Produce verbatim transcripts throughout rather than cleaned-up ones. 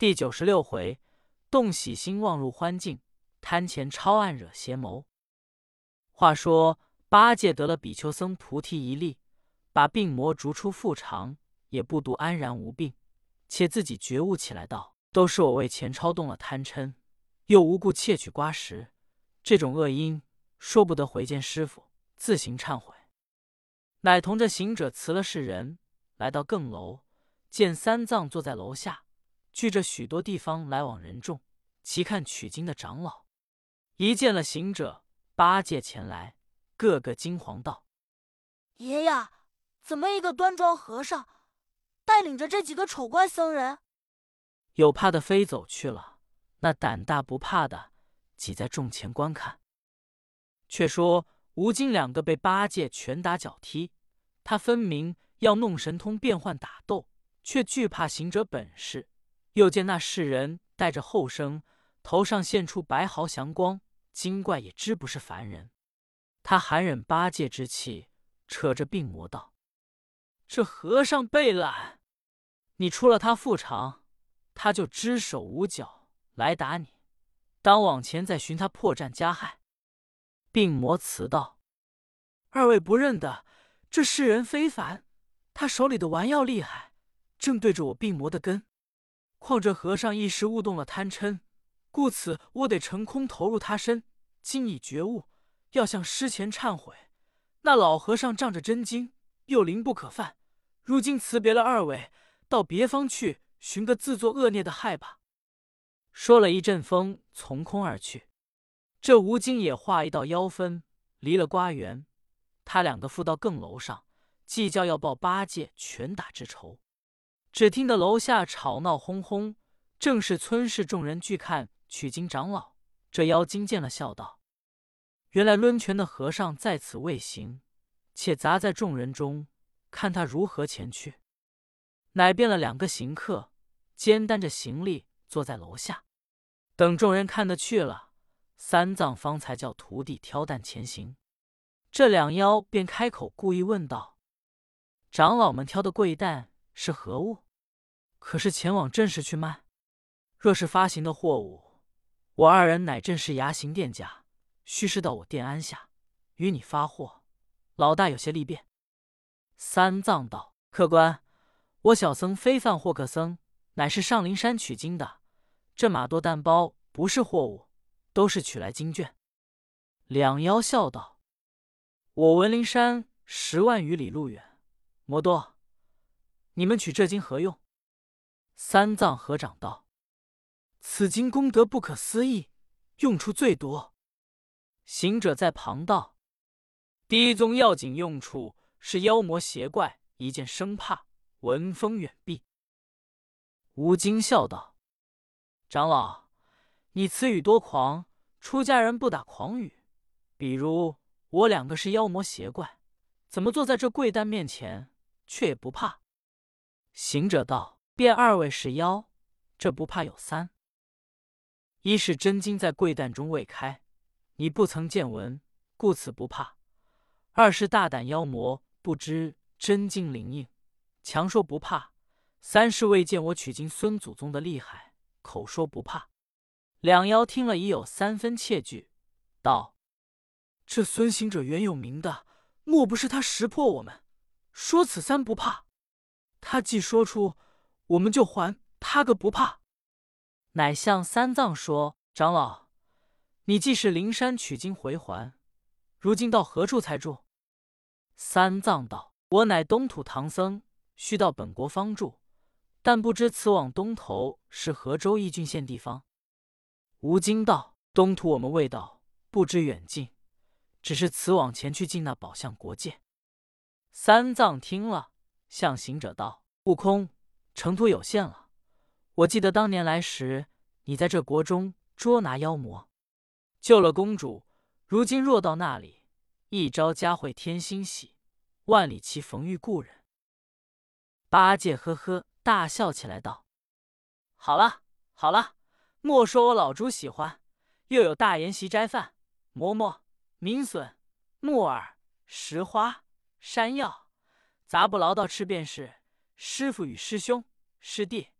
第九十六回，动喜心望入欢境，贪钱超暗惹邪谋。话说八戒得了比丘僧菩提一力，把病魔逐出腹肠，也不独安然无病，且自己觉悟起来道：都是我为钱超动了贪嗔，又无故窃取瓜食，这种恶因，说不得回见师傅，自行忏悔。乃同着行者辞了世人，来到更楼，见三藏坐在楼下，聚着许多地方来往人众，齐看取经的长老。一见了行者，八戒前来，个个惊惶道： 爷爷，怎么一个端庄和尚带领着这几个丑怪僧人？ 有怕的飞走去了，那胆大不怕的挤在众前观看。却说吴金两个被八戒拳打脚踢，他分明要弄神通变幻打斗，却惧怕行者本事。又见那世人带着后生，头上现出白毫祥光，精怪也知不是凡人。他含忍八戒之气，扯着病魔道：这和尚背懒，你出了他腹肠，他就只手无脚来打你，当往前再寻他破绽加害。病魔辞道：二位不认得，这世人非凡，他手里的丸药厉害，正对着我病魔的根。况这和尚一时误动了贪嗔，故此我得成空投入他身，今已觉悟，要向师前忏悔。那老和尚仗着真经，又灵不可犯，如今辞别了二位，到别方去寻个自作恶孽的害吧。说了一阵风，从空而去。这吴京也化一道妖分，离了瓜园。他两个附到更楼上，计较要报八戒拳打之仇。只听得楼下吵闹哄哄，正是村士众人聚看取经长老。这妖精见了，笑道：原来抡拳的和尚在此未行，且杂在众人中，看他如何前去。乃变了两个行客，肩担着行李，坐在楼下。等众人看得去了，三藏方才叫徒弟挑担前行。这两妖便开口故意问道：长老们挑的贵担是何物？可是前往正市去卖？若是发行的货物，我二人乃正是牙行店家，须是到我店安下，与你发货，老大有些利便。三藏道：客官，我小僧非犯货客僧，乃是上灵山取经的，这马多担包不是货物，都是取来经卷。两妖笑道：我文灵山十万余里路远，摩多，你们取这经何用？三藏合掌道：此经功德不可思议，用处最多。行者在旁道：第一宗要紧用处是妖魔邪怪一见生怕，闻风远避。吴京笑道：长老，你此语多狂，出家人不打诳语。比如我两个是妖魔邪怪，怎么坐在这贵担面前，却也不怕？行者道：便二位是妖，这不怕有三：一是真经在贵担中未开，你不曾见闻，故此不怕；二是大胆妖魔不知真经灵应，强说不怕；三是未见我取经孙祖宗的厉害，口说不怕。两妖听了已有三分怯惧，道：这孙行者原有名的，莫不是他识破我们，说此三不怕？他既说出，我们就还他个不怕。乃向三藏说：长老，你既是灵山取经回还，如今到何处才住？三藏道：我乃东土唐僧，须到本国方住，但不知此往东头是河州义郡县地方。吴京道：东土我们未到，不知远近，只是此往前去进那宝象国界。三藏听了，向行者道：悟空，程途有限了。我记得当年来时，你在这国中捉拿妖魔，救了公主，如今若到那里，一朝佳会添欣喜，万里齐逢遇故人。八戒呵呵大笑起来道：好了好了，莫说我老猪喜欢，又有大筵席斋饭，馍馍、明笋、木耳、石花、山药，杂不牢道吃便是。师傅与师兄、师弟，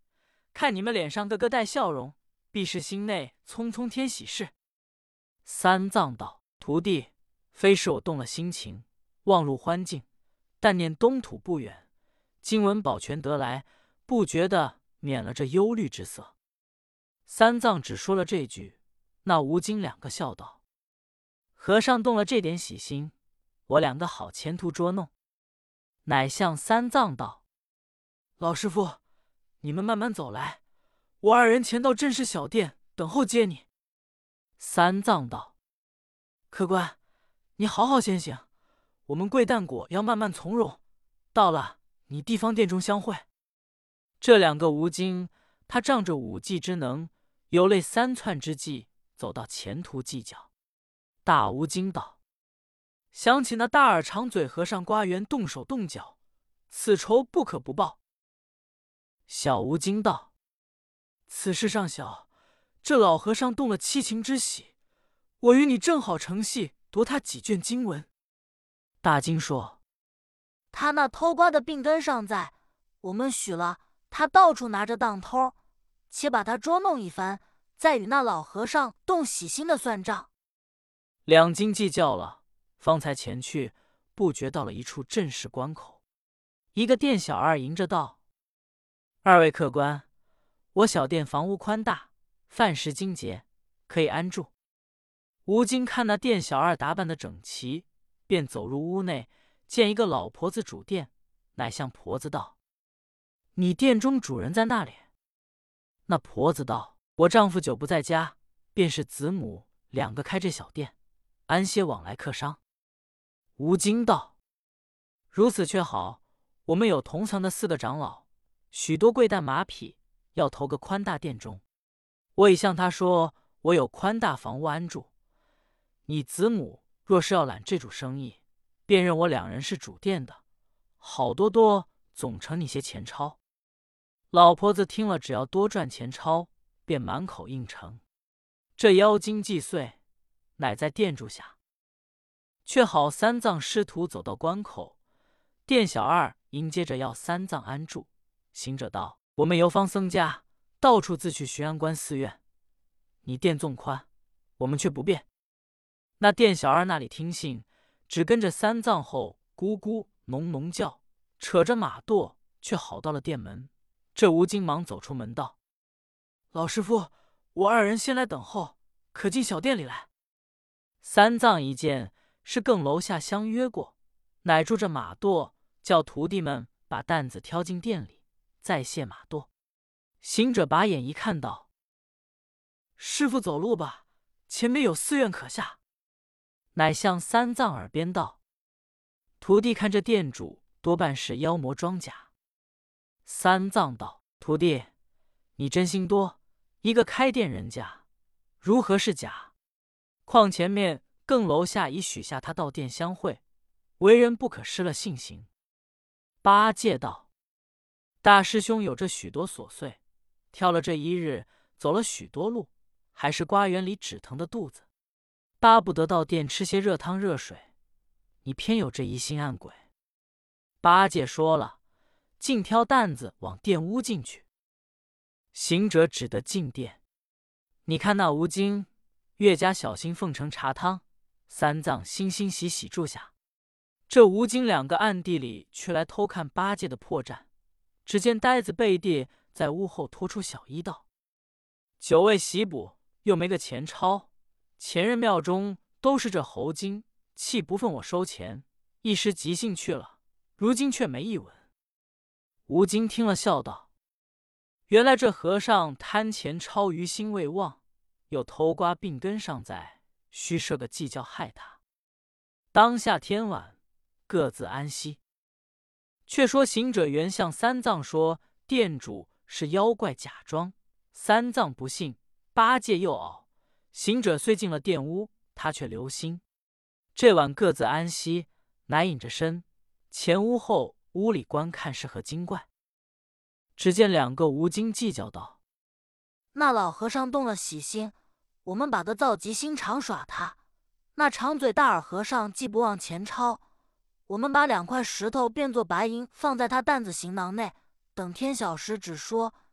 看你们脸上个个带笑容，必是心内匆匆添喜事。”三藏道：“徒弟，非是我动了心情，忘入欢境，但念东土不远，今闻宝泉得来，不觉得免了这忧虑之色。”三藏只说了这句，那吴京两个笑道：“和尚动了这点喜心，我两个好前途捉弄。”乃向三藏道：“老师傅，你们慢慢走来，我二人前到正式小店等候接你。”三藏道：“客官，你好好先行，我们贵蛋果要慢慢从容，到了你地方店中相会。”这两个吴京，他仗着武技之能，游类三窜之际，走到前途计较。大吴京道：“想起那大耳长嘴和尚瓜园动手动脚，此仇不可不报。”小吴京道：“此事尚小，这老和尚动了七情之喜，我与你正好成戏，夺他几卷经文。”大京说：“ 他那偷瓜的病根尚在，我们许了他到处拿着当偷，且把他捉弄一番，再与那老和尚动喜心的算账。” 两京计较了，方才前去，不觉到了一处正式关口。一个店小二迎着道：“二位客官，我小店房屋宽大，饭食精洁，可以安住。”吴京看那店小二打扮得整齐，便走入屋内，见一个老婆子主店，乃向婆子道：“你店中主人在那里？”那婆子道：“我丈夫久不在家，便是子母两个开这小店，安些往来客商。”吴京道：“如此却好，我们有同层的四个长老，许多贵担马匹，要投个宽大店中。我已向他说，我有宽大房屋安住。你子母若是要揽这主生意，便认我两人是主店的，好多多总成你些钱钞。”老婆子听了，只要多赚钱钞，便满口应承。这妖精既遂，乃在店住下。却好三藏师徒走到关口，店小二迎接着要三藏安住。行者道：“我们游方僧家，到处自去寻安关寺院，你店纵宽，我们却不便。”那店小二那里听信，只跟着三藏后咕咕哝哝叫，扯着马舵，却好到了店门。这吴京忙走出门道：“老师傅，我二人先来等候，可进小店里来。”三藏一见，是更楼下相约过，乃住着马舵，叫徒弟们把担子挑进店里，再卸马舵。行者把眼一看道：“师傅走路吧，前边有寺院可下。”乃向三藏耳边道：“徒弟看这店主多半是妖魔装假。”三藏道：“徒弟，你真心多，一个开店人家，如何是假？况前面更楼下已许下他到店相会，为人不可失了信行。”八戒道：“大师兄有着许多琐碎，挑了这一日，走了许多路，还是瓜园里止疼的肚子，巴不得到店吃些热汤热水，你偏有这疑心暗鬼。”八戒说了，竟挑担子往店屋进去。行者只得进店。你看那吴京越加小心奉承茶汤，三藏欣欣喜喜住下。这吴京两个暗地里却来偷看八戒的破绽。只见呆子背地在屋后拖出小衣道：“久未洗补，又没个钱钞，前人庙中都是这猴精，气不忿我收钱，一时急性去了，如今却没一文。”吴京听了笑道：“原来这和尚贪钱钞于心未忘，又偷瓜病根尚在，须设个计较害他。当下天晚，各自安息。”却说行者原向三藏说店主是妖怪假装，三藏不信，八戒又拗。行者虽进了店屋，他却留心。这晚各自安息，乃隐着身前屋后屋里观看是何精怪。只见两个吴京计较道：“ 那老和尚动了喜心，我们把个造极心肠耍他；那长嘴大耳和尚既不忘钱钞，我们把两块石头变作白银放在他担子行囊内，等天晓时只说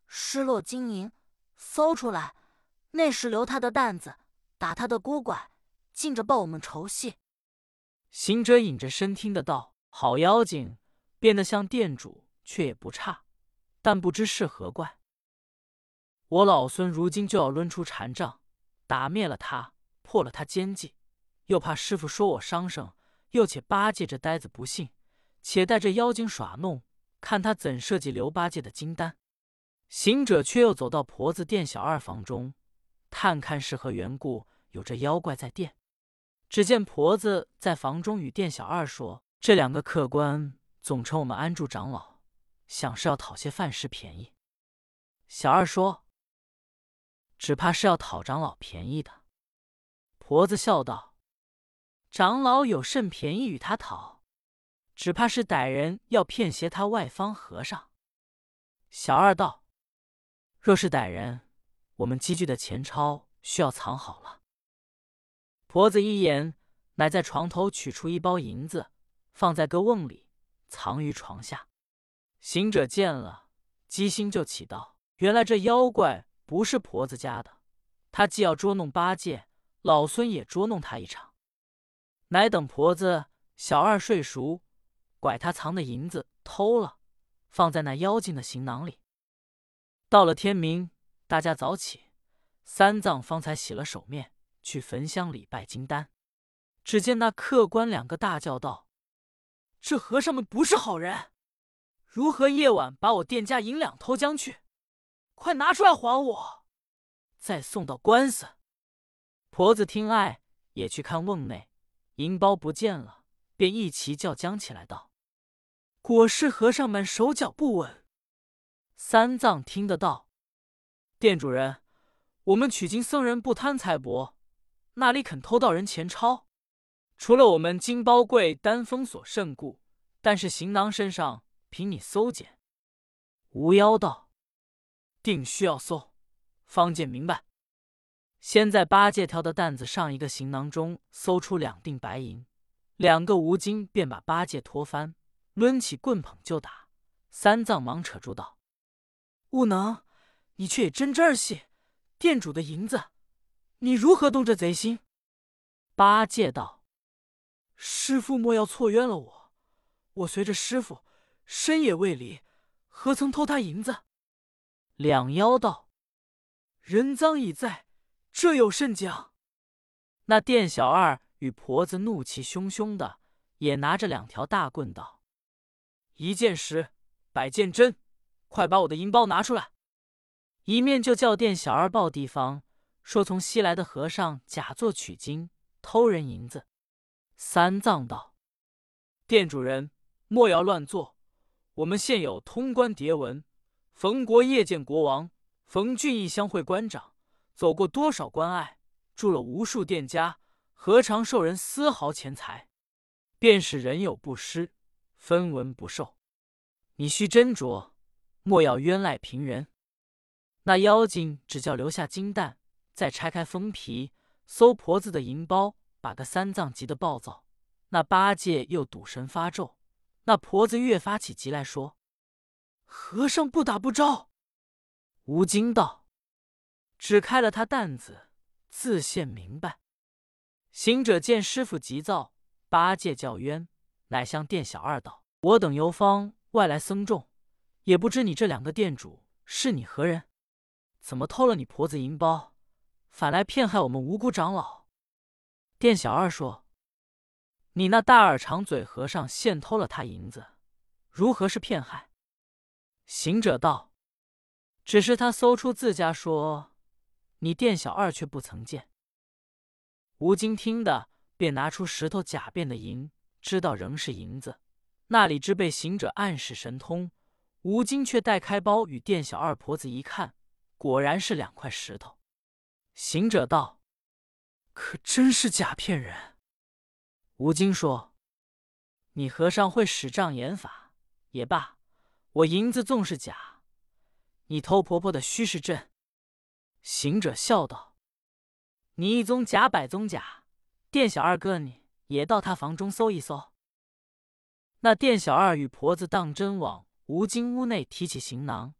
失落金银，搜出来，那时留他的担子，打他的孤拐，尽着报我们仇戏。” 行者隐着身听得到，好妖精，变得像店主，却也不差，但不知是何怪。我老孙如今就要抡出禅杖，打灭了他，破了他奸计，又怕师傅说我伤生，又且八戒这呆子不信，且带着妖精耍弄，看他怎设计留八戒的金丹。行者却又走到婆子店小二房中，探看是何缘故，有这妖怪在店。只见婆子在房中与店小二说：“这两个客官总称我们安住长老，想是要讨些饭食便宜。”小二说：“只怕是要讨长老便宜的。”婆子笑道：“长老有甚便宜与他讨？只怕是歹人要骗挟他外方和尚。”小二道：“若是歹人，我们积聚的钱钞需要藏好了。”婆子一言，乃在床头取出一包银子，放在个瓮里，藏于床下。行者见了，机心就起道：“原来这妖怪不是婆子家的，他既要捉弄八戒，老孙也捉弄他一场。”乃等婆子小二睡熟，拐他藏的银子偷了，放在那妖精的行囊里。到了天明，大家早起，三藏方才洗了手面，去焚香礼拜金丹。只见那客官两个大叫道：“这和尚们不是好人，如何夜晚把我店家银两偷将去？快拿出来还我，再送到官司。”婆子听爱，也去看瓮内，银包不见了，便一齐叫将起来道：“果是和尚们手脚不稳。”三藏听得到：“店主人，我们取经僧人不贪财帛，哪里肯偷盗人钱钞？除了我们金包柜单封锁甚故，但是行囊身上凭你搜检。”无妖道：“定需要搜，方见明白。”先在八戒挑的担子上一个行囊中搜出两锭白银，两个吴金便把八戒拖翻，抡起棍捧就打。三藏忙扯住道：“悟能，你却也真真儿戏，店主的银子，你如何动这贼心？”八戒道：“师父莫要错冤了我，我随着师父深夜未离，何曾偷他银子？”两妖道：“人赃已在，这有甚讲？”那店小二与婆子怒气汹汹的，也拿着两条大棍道：“一件十，百件真，快把我的银包拿出来！”一面就叫店小二报地方，说从西来的和尚假作取经，偷人银子。三藏道：“店主人莫要乱做，我们现有通关牒文，冯国夜见国王，冯俊义相会官长，走过多少关隘，住了无数店家，何尝受人丝毫钱财？便是人有不施，分文不受。你须斟酌，莫要冤赖平人。”那妖精只叫留下金蛋，再拆开封皮，搜婆子的银包，把个三藏急得暴躁。那八戒又赌神发咒，那婆子越发起急来说：“和尚不打不招。”吴京道：“只开了他担子，自现明白。”行者见师傅急躁，八戒叫冤，乃向店小二道：“我等游方外来僧众，也不知你这两个店主是你何人，怎么偷了你婆子银包，反来骗害我们无辜长老？”店小二说：“你那大耳长嘴和尚现偷了他银子，如何是骗害？”行者道：“只是他搜出自家说，你店小二却不曾见。”吴京听的，便拿出石头假变的银，知道仍是银子。那里知被行者暗示神通，吴京却带开包与店小二婆子一看，果然是两块石头。行者道：“可真是假骗人。”吴京说：“你和尚会使障眼法，也罢，我银子纵是假，你偷婆婆的须是真。”行者笑道：“你一宗假百宗假，店小二哥你也到他房中搜一搜。”那店小二与婆子当真往吴京屋内提起行囊，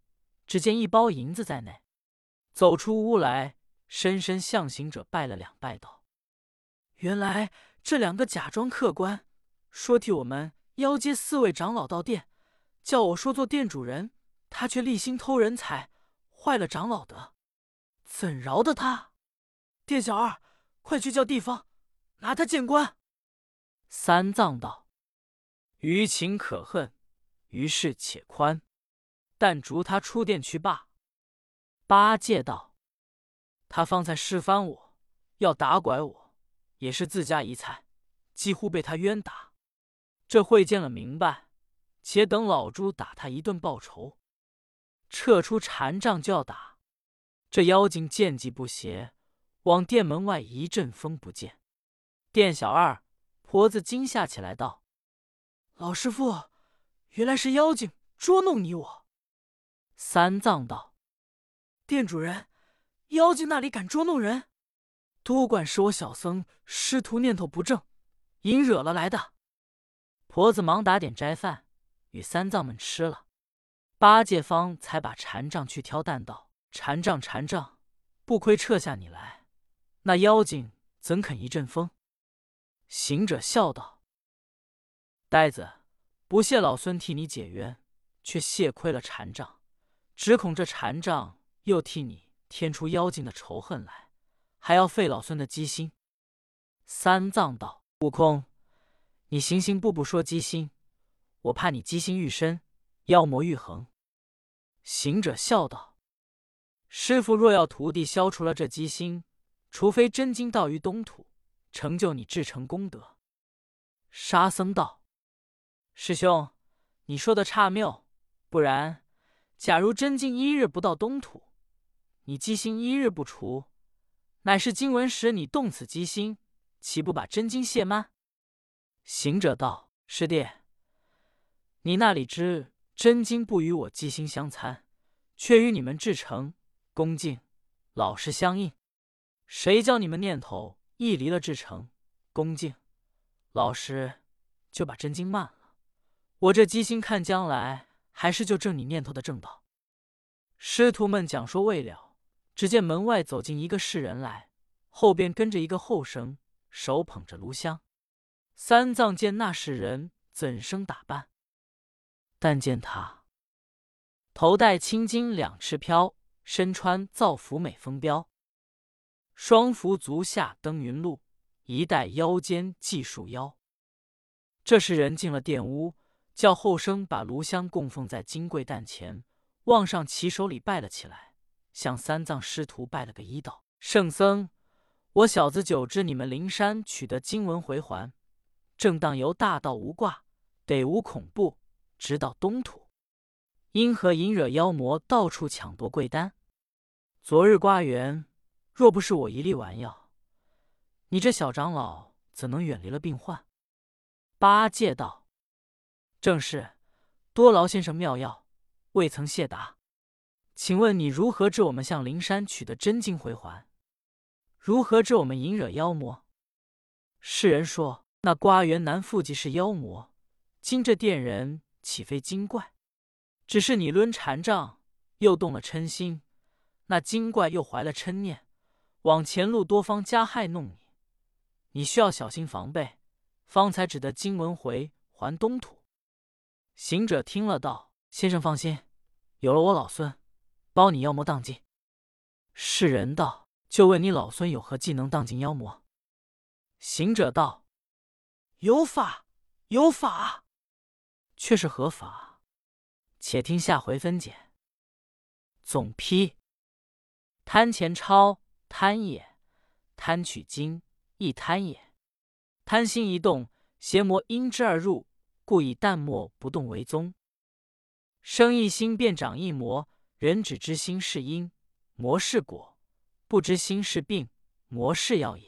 只见一包银子在内。走出屋来，深深向行者拜了两拜，道：“原来这两个假装客官，说替我们邀接四位长老到店，叫我说做店主人，他却立心偷人财，坏了长老德，怎饶得他？店小二，快去叫地方拿他见官。”三藏道：“于情可恨，于事且宽，但逐他出殿去罢。”八戒道：“他方才示翻我，要打拐我，也是自家遗财，几乎被他冤打。这会见了明白，且等老猪打他一顿报仇。”撤出禅杖就要打，这妖精见计不协，往店门外一阵风不见。店小二婆子惊吓起来，道：“老师傅，原来是妖精捉弄你我。”三藏道：“店主人，妖精那里敢捉弄人？多管是我小僧师徒念头不正，引惹了来的。”婆子忙打点斋饭，与三藏们吃了。八戒方才把禅杖去挑担，道：“禅杖禅杖，不亏撤下你来，那妖精怎肯一阵风？”行者笑道：“呆子，不谢老孙替你解冤，却谢亏了禅杖，只恐这禅杖又替你添出妖精的仇恨来，还要费老孙的机心。”三藏道：“悟空，你行行步步说机心，我怕你机心愈深，妖魔愈横。”行者笑道：“师傅若要徒弟消除了这机心，除非真经到于东土，成就你至诚功德。”沙僧道：“师兄，你说的差谬，不然假如真经一日不到东土，你机心一日不除，乃是经文使你动此机心，岂不把真经亵慢？”行者道：“师弟，你那里知真经不与我机心相参，却与你们至诚、恭敬、老实相应。谁叫你们念头一离了至诚、恭敬、老实，就把真经慢了？我这机心看将来还是就正你念头的正道。”师徒们讲说未了，只见门外走进一个士人来，后边跟着一个后生，手捧着炉香。三藏见那士人怎生打扮？但见他头戴青巾两赤飘，身穿皂服美风标，双扶足下登云路，一带腰间系束腰。这时人进了殿屋，叫后生把炉香供奉在金柜担前，往上齐手里拜了起来，向三藏师徒拜了个一道：“圣僧，我小子久知你们灵山取得经文回环，正当由大道无挂，得无恐怖，直到东土。因何引惹妖魔到处抢夺贵丹？昨日瓜园，若不是我一粒丸药，你这小长老怎能远离了病患？”八戒道：“正是，多劳先生妙药，未曾谢答。请问你如何知我们向灵山取得真经回环？如何知我们引惹妖魔？”世人说：“那瓜园南附即是妖魔，今这店人岂非精怪？只是你抡禅杖，又动了嗔心，那精怪又怀了嗔念，往前路多方加害弄你，你需要小心防备，方才只得经文回还东土。”行者听了道：“先生放心，有了我老孙，包你妖魔荡尽。”世人道：“就问你老孙有何技能荡尽妖魔？”行者道：“有法，有法。却是何法？且听下回分解。”总批：贪钱钞，贪也；贪取经，亦贪也。贪心一动，邪魔因之而入，故以淡漠不动为宗。生一心便长一魔，人只知心是因，魔是果；不知心是病，魔是药也。